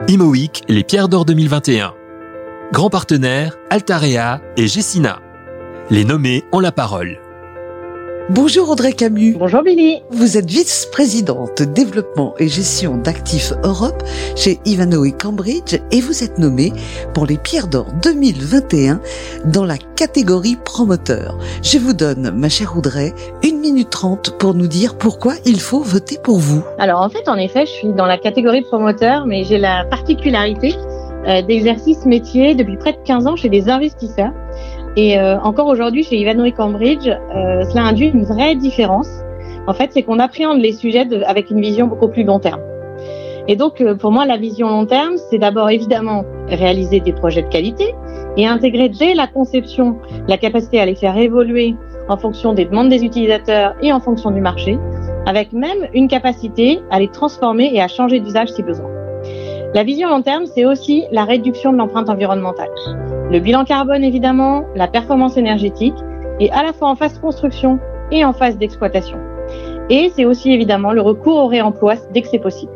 Imo Week, les Pierres d'Or 2021. Grands partenaires, Altarea et Gessina. Les nommés ont la parole. Bonjour Audrey Camus. Bonjour Billy. Vous êtes vice-présidente développement et gestion d'actifs Europe chez Ivanhoé Cambridge et vous êtes nommée pour les Pierres d'Or 2021 dans la catégorie promoteur. Je vous donne, ma chère Audrey, 1 minute 30 pour nous dire pourquoi il faut voter pour vous. Alors en fait, en effet, je suis dans la catégorie promoteur, mais j'ai la particularité d'exercice métier depuis près de 15 ans chez des investisseurs. Et encore aujourd'hui, chez Ivanhoé Cambridge, cela induit une vraie différence. En fait, c'est qu'on appréhende les sujets avec une vision beaucoup plus long terme. Et donc, pour moi, la vision long terme, c'est d'abord évidemment réaliser des projets de qualité et intégrer dès la conception la capacité à les faire évoluer en fonction des demandes des utilisateurs et en fonction du marché, avec même une capacité à les transformer et à changer d'usage si besoin. La vision long terme, c'est aussi la réduction de l'empreinte environnementale. Le bilan carbone, évidemment, la performance énergétique, et à la fois en phase construction et en phase d'exploitation. Et c'est aussi évidemment le recours au réemploi dès que c'est possible.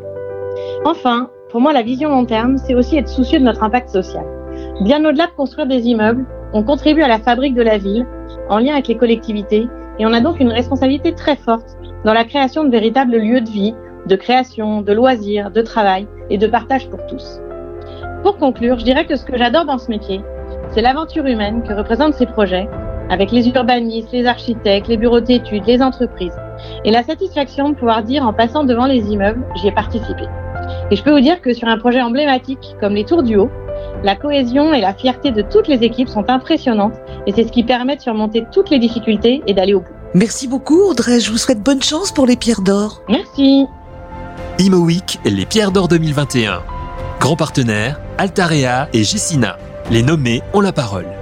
Enfin, pour moi, la vision long terme, c'est aussi être soucieux de notre impact social. Bien au-delà de construire des immeubles, on contribue à la fabrique de la ville, en lien avec les collectivités, et on a donc une responsabilité très forte dans la création de véritables lieux de vie, de création, de loisirs, de travail et de partage pour tous. Pour conclure, je dirais que ce que j'adore dans ce métier, c'est l'aventure humaine que représentent ces projets, avec les urbanistes, les architectes, les bureaux d'études, les entreprises, et la satisfaction de pouvoir dire en passant devant les immeubles, j'y ai participé. Et je peux vous dire que sur un projet emblématique comme les Tours du Haut, la cohésion et la fierté de toutes les équipes sont impressionnantes, et c'est ce qui permet de surmonter toutes les difficultés et d'aller au bout. Merci beaucoup Audrey, je vous souhaite bonne chance pour les Pierres d'Or. Merci. Imo Week, les Pierres d'Or 2021. Grands partenaires, Altarea et Gessina. Les nommés ont la parole.